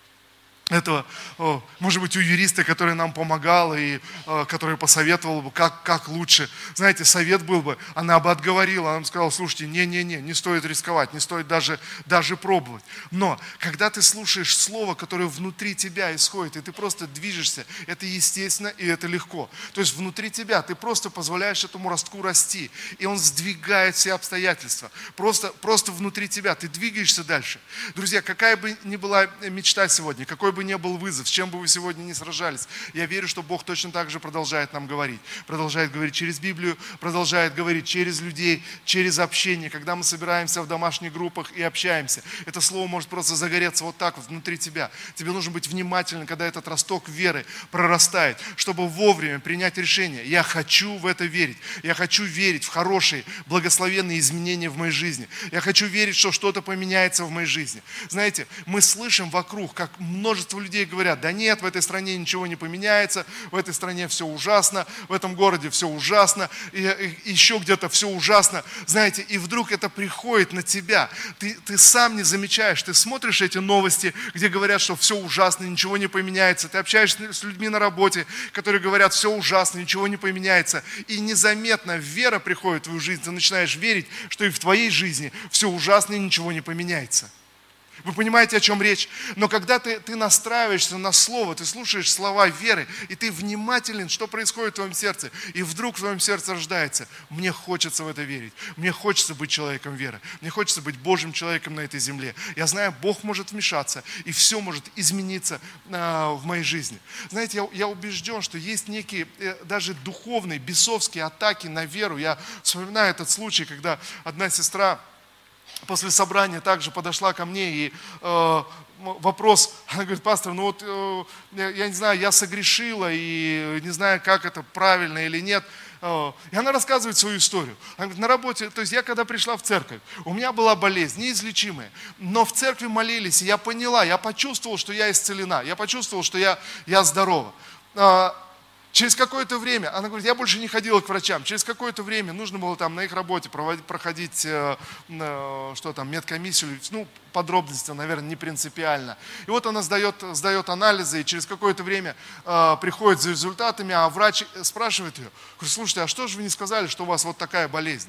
[SPEAKER 1] этого, может быть, у юриста, который нам помогал и который посоветовал бы, как, как лучше. Знаете, совет был бы, она бы отговорила, она бы сказала: слушайте, не-не-не, не стоит рисковать, не стоит даже, даже пробовать. Но когда ты слушаешь слово, которое внутри тебя исходит, и ты просто движешься, это естественно и это легко. То есть внутри тебя ты просто позволяешь этому ростку расти, и он сдвигает все обстоятельства. Просто, просто внутри тебя ты двигаешься дальше. Друзья, какая бы ни была мечта сегодня, какой бы ни был вызов, с чем бы вы сегодня не сражались, я верю, что Бог точно так же продолжает нам говорить. Продолжает говорить через Библию, продолжает говорить через людей, через общение. Когда мы собираемся в домашних группах и общаемся, это слово может просто загореться вот так вот внутри тебя. Тебе нужно быть внимательным, когда этот росток веры прорастает, чтобы вовремя принять решение. Я хочу в это верить. Я хочу верить в хорошие, благословенные изменения в моей жизни. Я хочу верить, что что-то поменяется в моей жизни. Знаете, мы слышим вокруг, как множество людей говорят: да нет, в этой стране ничего не поменяется, в этой стране все ужасно, в этом городе все ужасно, и, и еще где-то все ужасно. Знаете, и вдруг это приходит на тебя. Ты, ты сам не замечаешь, ты смотришь эти новости, где говорят, что все ужасно, ничего не поменяется. Ты общаешься с людьми на работе, которые говорят: все ужасно, ничего не поменяется. И незаметно вера приходит в твою жизнь, ты начинаешь верить, что и в твоей жизни все ужасно и ничего не поменяется. Вы понимаете, о чем речь? Но когда ты, ты настраиваешься на слово, ты слушаешь слова веры, и ты внимателен, что происходит в твоем сердце, и вдруг в твоем сердце рождается: мне хочется в это верить, мне хочется быть человеком веры, мне хочется быть Божьим человеком на этой земле. Я знаю, Бог может вмешаться, и все может измениться а, в моей жизни. Знаете, я, я убежден, что есть некие э, даже духовные, бесовские атаки на веру. Я вспоминаю этот случай, когда одна сестра после собрания также подошла ко мне, и э, вопрос, она говорит: пастор, ну вот, э, я, я не знаю, я согрешила, и не знаю, как это правильно или нет. Э, и она рассказывает свою историю. Она говорит: на работе, то есть я когда пришла в церковь, у меня была болезнь неизлечимая, но в церкви молились, и я поняла, я почувствовала, что я исцелена, я почувствовала, что я, я здорова. Э, Через какое-то время, она говорит: я больше не ходила к врачам. Через какое-то время нужно было там на их работе проводить, проходить, э, э, что там, медкомиссию, ну, подробности, наверное, не принципиально. И вот она сдает, сдает анализы, и через какое-то время э, приходит за результатами, а врач спрашивает ее: говорит: слушайте, а что же вы не сказали, что у вас вот такая болезнь?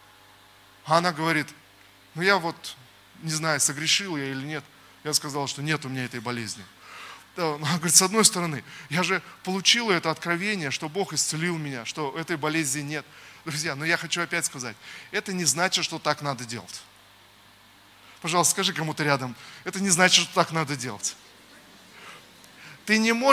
[SPEAKER 1] А она говорит: ну я вот, не знаю, согрешил я или нет. Я сказал, что нет у меня этой болезни. Она говорит: с одной стороны, я же получила это откровение, что Бог исцелил меня, что этой болезни нет. Друзья, но я хочу опять сказать, это не значит, что так надо делать. Пожалуйста, скажи кому-то рядом: это не значит, что так надо делать. Ты не можешь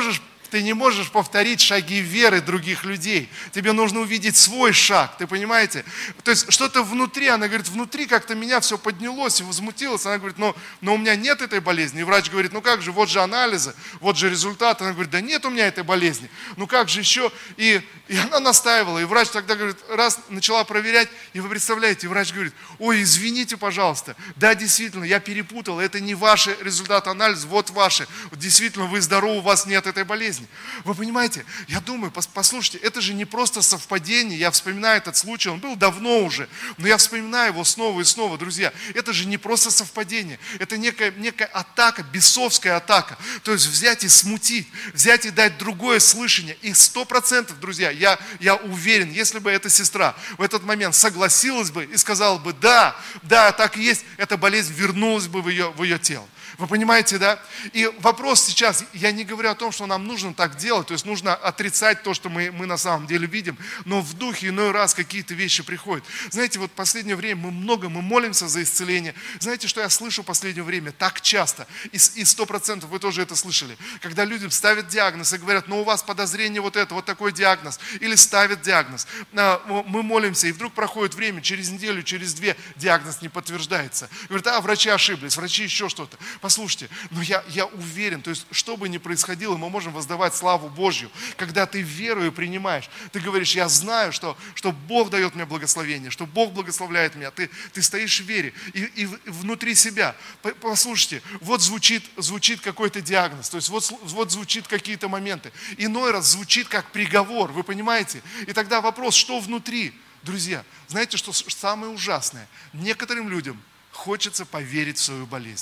[SPEAKER 1] ты не можешь повторить шаги веры других людей. Тебе нужно увидеть свой шаг, ты понимаете? То есть что-то внутри, она говорит, внутри как-то меня все поднялось и возмутилось. Она говорит, но, но у меня нет этой болезни. И врач говорит, ну как же, вот же анализы, вот же результаты. Она говорит, да нет у меня этой болезни. Ну как же еще? И, и она настаивала. И врач тогда говорит, раз начала проверять, и вы представляете, врач говорит, ой, извините, пожалуйста, да, действительно, я перепутал, это не ваши результаты анализа, вот ваши. Действительно, вы здоровы, у вас нет этой болезни. Вы понимаете, я думаю, послушайте, это же не просто совпадение, я вспоминаю этот случай, он был давно уже, но я вспоминаю его снова и снова, друзья. Это же не просто совпадение, это некая, некая атака, бесовская атака. То есть взять и смутить, взять и дать другое слышание. И сто процентов, друзья, я, я уверен, если бы эта сестра в этот момент согласилась бы и сказала бы, да, да, так и есть, эта болезнь вернулась бы в ее, в ее тело. Вы понимаете, да? И вопрос сейчас, я не говорю о том, что нам нужно так делать, то есть нужно отрицать то, что мы, мы на самом деле видим, но в духе иной раз какие-то вещи приходят. Знаете, вот в последнее время мы много, мы молимся за исцеление. Знаете, что я слышу в последнее время так часто, и сто процентов вы тоже это слышали, когда людям ставят диагноз и говорят, ну у вас подозрение вот это, вот такой диагноз, или ставят диагноз. Мы молимся, и вдруг проходит время, через неделю, через две диагноз не подтверждается. Говорят, а врачи ошиблись, врачи еще что-то. Послушайте, но я, я уверен, то есть, что бы ни происходило, мы можем воздавать славу Божью. Когда ты верою принимаешь, ты говоришь, я знаю, что, что Бог дает мне благословение, что Бог благословляет меня. Ты, ты стоишь в вере и, и внутри себя. Послушайте, вот звучит, звучит какой-то диагноз, то есть вот, вот звучит какие-то моменты. Иной раз звучит как приговор, вы понимаете? И тогда вопрос, что внутри? Друзья, знаете, что самое ужасное? Некоторым людям хочется поверить в свою болезнь.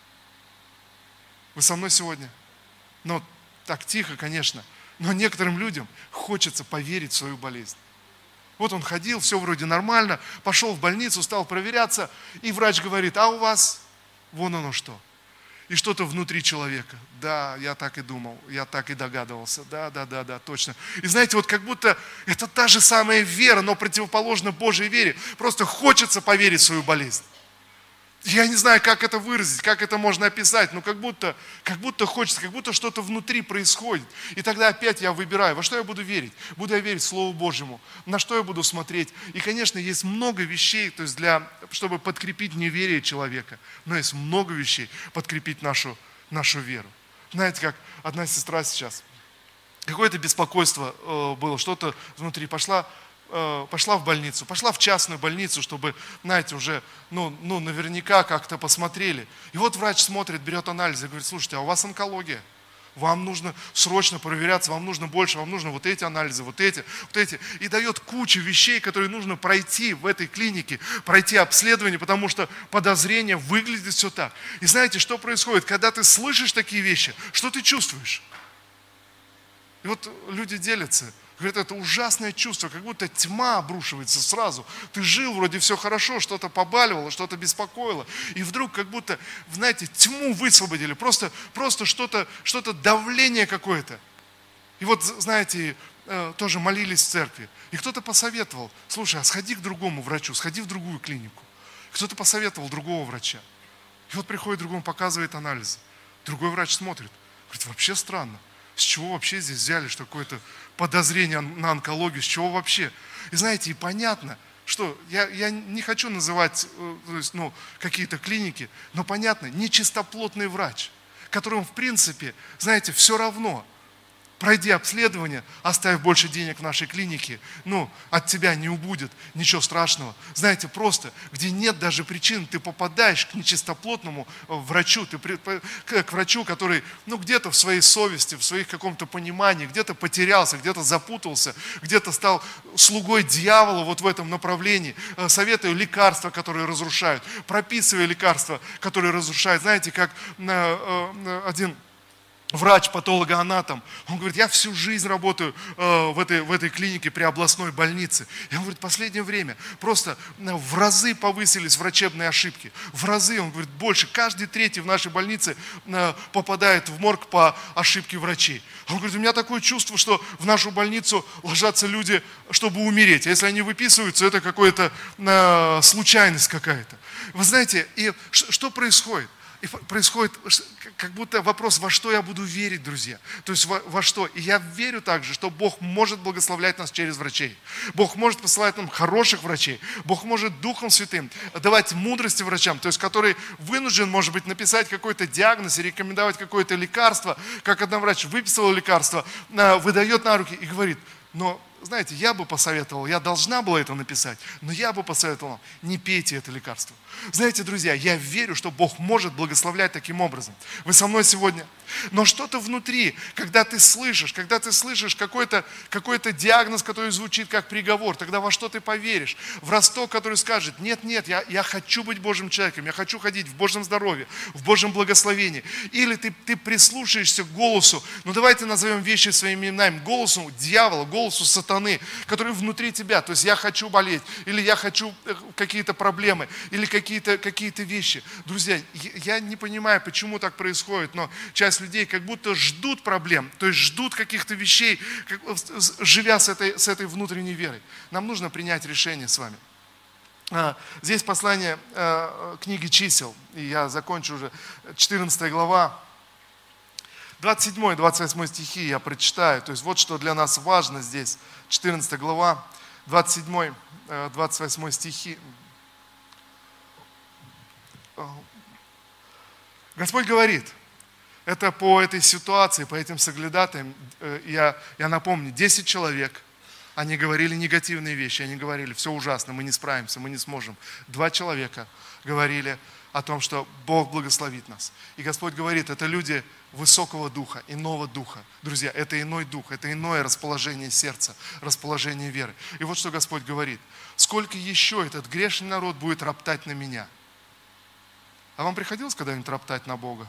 [SPEAKER 1] Вы со мной сегодня? Ну, так тихо, конечно. Но некоторым людям хочется поверить в свою болезнь. Вот он ходил, все вроде нормально, пошел в больницу, стал проверяться, и врач говорит, а у вас вон оно что. И что-то внутри человека. Да, я так и думал, я так и догадывался. Да, да, да, да, точно. И знаете, вот как будто это та же самая вера, но противоположна Божьей вере. Просто хочется поверить в свою болезнь. Я не знаю, как это выразить, как это можно описать, но как будто, как будто хочется, как будто что-то внутри происходит. И тогда опять я выбираю, во что я буду верить. Буду я верить Слову Божьему, на что я буду смотреть. И, конечно, есть много вещей, то есть для, чтобы подкрепить неверие человека, но есть много вещей, подкрепить нашу, нашу веру. Знаете, как одна сестра сейчас, какое-то беспокойство э, было, что-то внутри, пошла, э, пошла в больницу, пошла в частную больницу, чтобы, знаете, уже, ну, ну наверняка как-то посмотрели. И вот врач смотрит, берет анализы и говорит, слушайте, а у вас онкология. Вам нужно срочно проверяться, вам нужно больше, вам нужно вот эти анализы, вот эти, вот эти. И дает кучу вещей, которые нужно пройти в этой клинике, пройти обследование, потому что подозрение выглядит все так. И знаете, что происходит? Когда ты слышишь такие вещи, что ты чувствуешь? И вот люди делятся. Говорят, это ужасное чувство, как будто тьма обрушивается сразу. Ты жил, вроде все хорошо, что-то побаливало, что-то беспокоило. И вдруг как будто, знаете, тьму высвободили, просто, просто что-то, что-то давление какое-то. И вот, знаете, тоже молились в церкви. И кто-то посоветовал, слушай, а сходи к другому врачу, сходи в другую клинику. Кто-то посоветовал другого врача. И вот приходит другому, показывает анализы. Другой врач смотрит, говорит, вообще странно. С чего вообще здесь взяли, что какое-то подозрение на онкологию, с чего вообще? И знаете, и понятно, что я, я не хочу называть то есть, ну, какие-то клиники, но понятно, нечистоплотный врач, которому в принципе, знаете, все равно. Пройди обследование, оставь больше денег в нашей клинике, ну, от тебя не убудет, ничего страшного. Знаете, просто, где нет даже причин, ты попадаешь к нечистоплотному врачу, ты к врачу, который, ну, где-то в своей совести, в своих каком-то понимании, где-то потерялся, где-то запутался, где-то стал слугой дьявола вот в этом направлении, советую лекарства, которые разрушают, прописывая лекарства, которые разрушают. Знаете, как один врач-патологоанатом, он говорит, я всю жизнь работаю э, в, этой, в этой клинике при областной больнице. И он говорит, в последнее время просто в разы повысились врачебные ошибки. В разы, он говорит, больше. Каждый третий в нашей больнице э, попадает в морг по ошибке врачей. Он говорит, у меня такое чувство, что в нашу больницу ложатся люди, чтобы умереть. А если они выписываются, это какая-то э, случайность какая-то. Вы знаете, и что происходит? И происходит как будто вопрос, во что я буду верить, друзья. То есть во, во что. И я верю также, что Бог может благословлять нас через врачей. Бог может посылать нам хороших врачей. Бог может Духом Святым давать мудрости врачам, то есть который вынужден, может быть, написать какой-то диагноз и рекомендовать какое-то лекарство, как один врач выписал лекарство, выдает на руки и говорит, но... Знаете, я бы посоветовал, я должна была это написать, но я бы посоветовал, не пейте это лекарство. Знаете, друзья, я верю, что Бог может благословлять таким образом. Вы со мной сегодня? Но что-то внутри, когда ты слышишь, когда ты слышишь какой-то, какой-то диагноз, который звучит как приговор, тогда во что ты поверишь? В росток, который скажет, нет, нет, я, я хочу быть Божьим человеком, я хочу ходить в Божьем здоровье, в Божьем благословении. Или ты, ты прислушаешься к голосу, ну давайте назовем вещи своими именами, голосу дьявола, голосу сатаны, который внутри тебя. То есть я хочу болеть, или я хочу какие-то проблемы, или какие-то, какие-то вещи. Друзья, я не понимаю, почему так происходит, но часть людей как будто ждут проблем, то есть ждут каких-то вещей, как, живя с этой, с этой внутренней верой. Нам нужно принять решение с вами. Здесь послание книги чисел, и я закончу уже, четырнадцатая глава, двадцать седьмой двадцать восьмой стихи я прочитаю. То есть вот что для нас важно здесь, четырнадцатая глава, двадцать седьмой двадцать восьмой стихи. Господь говорит, это по этой ситуации, по этим соглядатаям, я, я напомню, десять человек, они говорили негативные вещи, они говорили, все ужасно, мы не справимся, мы не сможем. Два человека говорили о том, что Бог благословит нас. И Господь говорит, это люди высокого духа, иного духа. Друзья, это иной дух, это иное расположение сердца, расположение веры. И вот что Господь говорит, сколько еще этот грешный народ будет роптать на меня? А вам приходилось когда-нибудь роптать на Бога?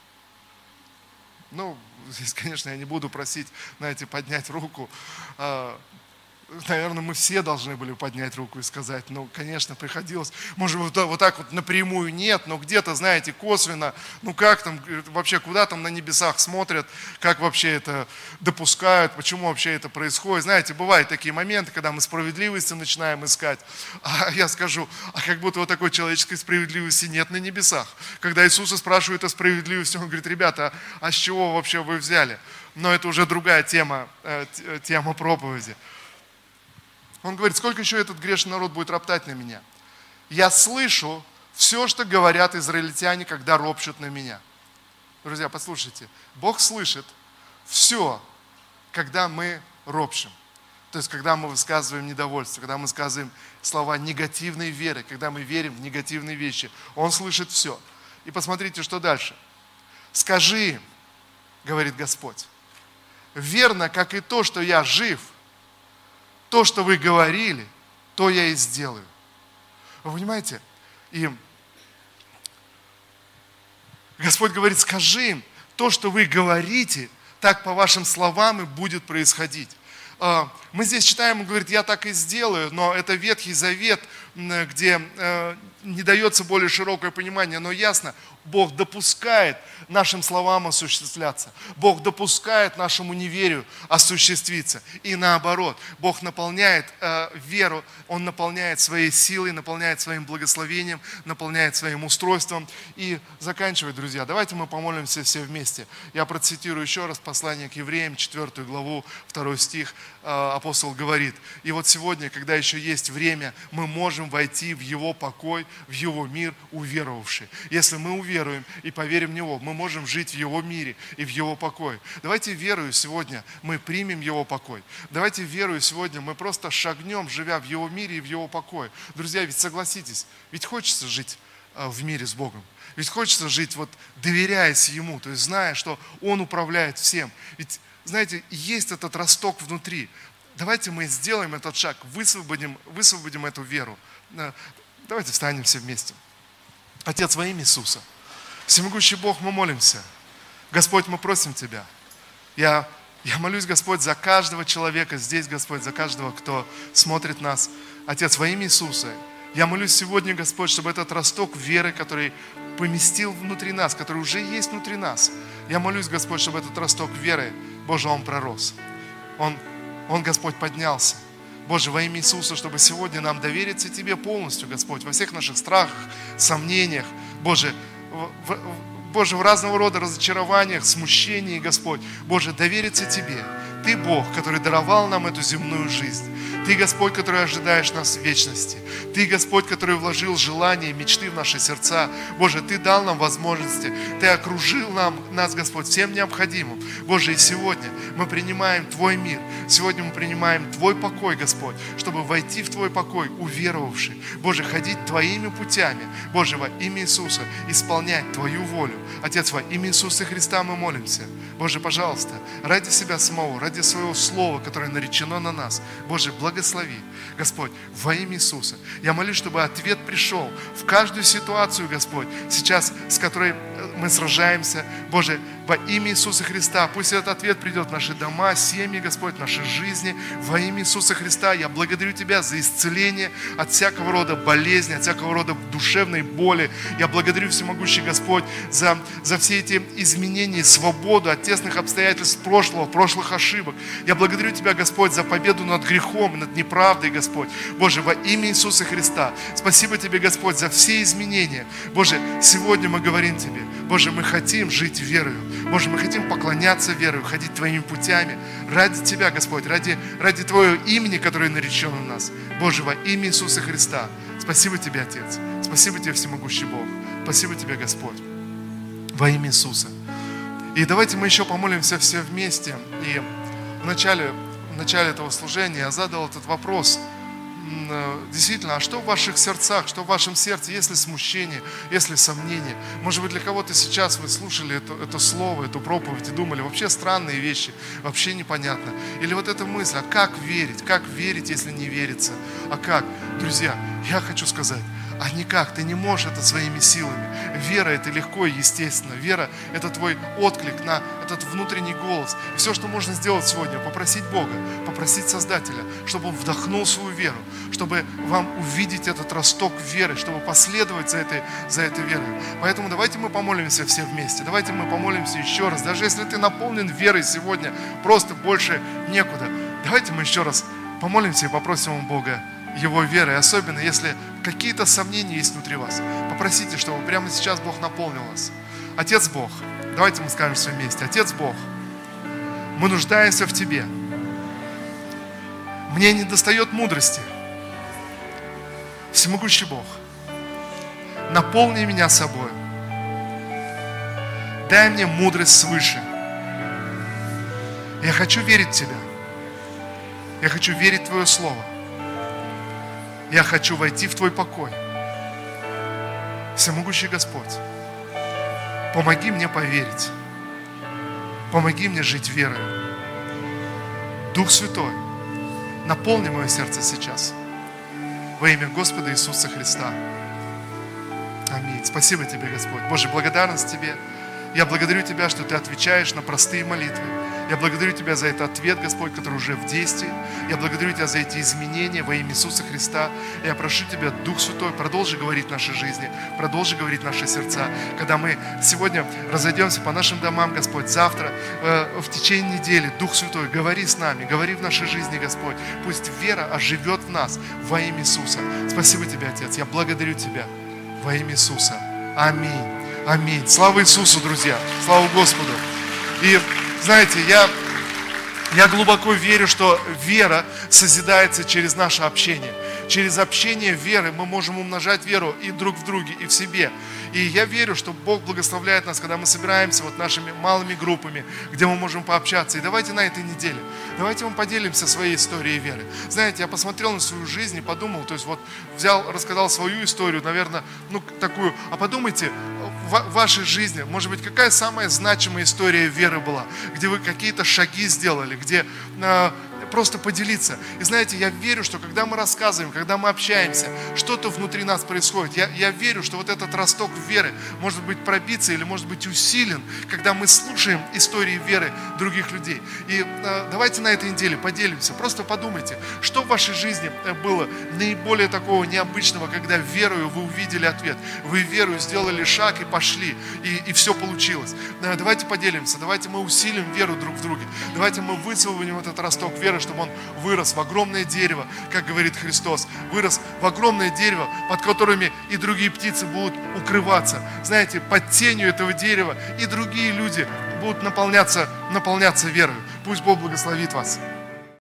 [SPEAKER 1] Ну, здесь, конечно, я не буду просить, знаете, поднять руку. Наверное, мы все должны были поднять руку и сказать, ну, конечно, приходилось. Может быть, вот так вот напрямую нет, но где-то, знаете, косвенно, ну как там, вообще куда там на небесах смотрят, как вообще это допускают, почему вообще это происходит. Знаете, бывают такие моменты, когда мы справедливости начинаем искать, а я скажу, а как будто вот такой человеческой справедливости нет на небесах. Когда Иисуса спрашивают о справедливости, Он говорит, ребята, а с чего вообще вы взяли? Но это уже другая тема, тема проповеди. Он говорит, сколько еще этот грешный народ будет роптать на меня? Я слышу все, что говорят израильтяне, когда ропщут на меня. Друзья, послушайте, Бог слышит все, когда мы ропщим. То есть, когда мы высказываем недовольство, когда мы высказываем слова негативной веры, когда мы верим в негативные вещи. Он слышит все. И посмотрите, что дальше. Скажи им, говорит Господь, верно, как и то, что я жив, то, что вы говорили, то я и сделаю. Вы понимаете? И Господь говорит, скажи им, то, что вы говорите, так по вашим словам и будет происходить. Мы здесь читаем, он говорит, я так и сделаю, но это Ветхий Завет, где не дается более широкое понимание, но ясно, Бог допускает нашим словам осуществляться. Бог допускает нашему неверию осуществиться. И наоборот, Бог наполняет э, веру, Он наполняет своей силой, наполняет своим благословением, наполняет своим устройством. И заканчивать, друзья, давайте мы помолимся все вместе. Я процитирую еще раз послание к евреям, четвёртую главу, второй стих. Э, апостол говорит, и вот сегодня, когда еще есть время, мы можем войти в Его покой, в Его мир, уверовавшие. Если мы уверуем и поверим в Него, мы можем жить в Его мире и в Его покое. Давайте верою сегодня мы примем Его покой. Давайте верою сегодня мы просто шагнем, живя в Его мире и в Его покое. Друзья, ведь согласитесь, ведь хочется жить в мире с Богом. Ведь хочется жить, вот, доверяясь Ему, то есть зная, что Он управляет всем. Ведь, знаете, есть этот росток внутри. Давайте мы сделаем этот шаг, высвободим, высвободим эту веру. Давайте встанем все вместе. Отец, во имя Иисуса, всемогущий Бог, мы молимся. Господь, мы просим Тебя. Я, я молюсь, Господь, за каждого человека здесь, Господь, за каждого, кто смотрит нас. Отец, во имя Иисуса, я молюсь сегодня, Господь, чтобы этот росток веры, который поместил внутри нас, который уже есть внутри нас, я молюсь, Господь, чтобы этот росток веры, Боже, он пророс. Он, он, Господь, поднялся. Боже, во имя Иисуса, чтобы сегодня нам довериться Тебе полностью, Господь, во всех наших страхах, сомнениях. Боже, в, в, Боже, в разного рода разочарованиях, смущении, Господь. Боже, довериться Тебе. Ты Бог, который даровал нам эту земную жизнь. Ты, Господь, который ожидаешь нас в вечности. Ты, Господь, который вложил желания и мечты в наши сердца. Боже, Ты дал нам возможности. Ты окружил нам, нас, Господь, всем необходимым. Боже, и сегодня мы принимаем Твой мир. Сегодня мы принимаем Твой покой, Господь, чтобы войти в Твой покой, уверовавший. Боже, ходить Твоими путями. Боже, во имя Иисуса исполнять Твою волю. Отец, во имя Иисуса Христа мы молимся. Боже, пожалуйста, ради себя самого, ради своего слова, которое наречено на нас. Боже, благослови, Господь, во имя Иисуса. Я молюсь, чтобы ответ пришел в каждую ситуацию, Господь, сейчас, с которой мы сражаемся. Боже, во имя Иисуса Христа, пусть этот ответ придет в наши дома, семьи, Господь, в наши жизни. Во имя Иисуса Христа я благодарю Тебя за исцеление от всякого рода болезни, от всякого рода душевной боли. Я благодарю Всемогущий Господь за, за все эти изменения, свободу от тесных обстоятельств прошлого, прошлых ошибок. Я благодарю Тебя, Господь, за победу над грехом, над неправдой, Господь. Боже, во имя Иисуса Христа, спасибо Тебе, Господь, за все изменения. Боже, сегодня мы говорим Тебе, Боже, мы хотим жить верою. Боже, мы хотим поклоняться верою, ходить Твоими путями. Ради Тебя, Господь, ради, ради Твоего имени, которое наречено у нас. Боже, во имя Иисуса Христа. Спасибо Тебе, Отец. Спасибо Тебе, Всемогущий Бог. Спасибо Тебе, Господь. Во имя Иисуса. И давайте мы еще помолимся все вместе. И в начале, в начале этого служения я задал этот вопрос. Действительно, а что в ваших сердцах, что в вашем сердце, есть ли смущение, есть ли сомнение? Может быть, для кого-то сейчас вы слушали это, это слово, эту проповедь и думали, вообще странные вещи, вообще непонятно. Или вот эта мысль, а как верить, как верить, если не верится? А как? Друзья, я хочу сказать, а никак, ты не можешь это своими силами. Вера – это легко и естественно. Вера – это твой отклик на этот внутренний голос. И все, что можно сделать сегодня, попросить Бога, попросить Создателя, чтобы Он вдохнул свою веру, чтобы вам увидеть этот росток веры, чтобы последовать за этой, за этой верой. Поэтому давайте мы помолимся все вместе. Давайте мы помолимся еще раз. Даже если ты наполнен верой сегодня, просто больше некуда. Давайте мы еще раз помолимся и попросим у Бога Его веры, особенно если какие-то сомнения есть внутри вас. Попросите, чтобы прямо сейчас Бог наполнил вас. Отец Бог, давайте мы скажем все вместе. Отец Бог, мы нуждаемся в Тебе. Мне не достает мудрости. Всемогущий Бог, наполни меня собой. Дай мне мудрость свыше. Я хочу верить в Тебя. Я хочу верить в Твое Слово. Я хочу войти в Твой покой. Всемогущий Господь, помоги мне поверить. Помоги мне жить верой. Дух Святой, наполни мое сердце сейчас. Во имя Господа Иисуса Христа. Аминь. Спасибо Тебе, Господь. Боже, благодарность Тебе. Я благодарю Тебя, что Ты отвечаешь на простые молитвы. Я благодарю Тебя за этот ответ, Господь, который уже в действии. Я благодарю Тебя за эти изменения во имя Иисуса Христа. Я прошу Тебя, Дух Святой, продолжи говорить в нашей жизни, продолжи говорить в наши сердца. Когда мы сегодня разойдемся по нашим домам, Господь, завтра, э, в течение недели, Дух Святой, говори с нами, говори в нашей жизни, Господь. Пусть вера оживет в нас во имя Иисуса. Спасибо Тебе, Отец. Я благодарю Тебя во имя Иисуса. Аминь. Аминь. Слава Иисусу, друзья. Слава Господу. И знаете, я, я глубоко верю, что вера созидается через наше общение. Через общение веры мы можем умножать веру и друг в друге, и в себе. И я верю, что Бог благословляет нас, когда мы собираемся вот нашими малыми группами, где мы можем пообщаться. И давайте на этой неделе, давайте мы поделимся своей историей веры. Знаете, я посмотрел на свою жизнь и подумал, то есть вот взял, рассказал свою историю, наверное, ну такую, а подумайте, в вашей жизни, может быть, какая самая значимая история веры была, где вы какие-то шаги сделали, где э, просто поделиться. И знаете, я верю, что когда мы рассказываем, когда мы общаемся, что-то внутри нас происходит. Я, я верю, что вот этот росток веры может быть пробиться или может быть усилен, когда мы слушаем истории веры других людей. И э, давайте на этой неделе поделимся. Просто подумайте, что в вашей жизни было наиболее такого необычного, когда верою вы увидели ответ. Вы верою сделали шаг и пошли, и, и все получилось. Давайте поделимся, давайте мы усилим веру друг в друге. Давайте мы высвободим этот росток веры, веры, чтобы он вырос в огромное дерево, как говорит Христос, вырос в огромное дерево, под которыми и другие птицы будут укрываться. Знаете, под тенью этого дерева и другие люди будут наполняться, наполняться верой. Пусть Бог благословит вас.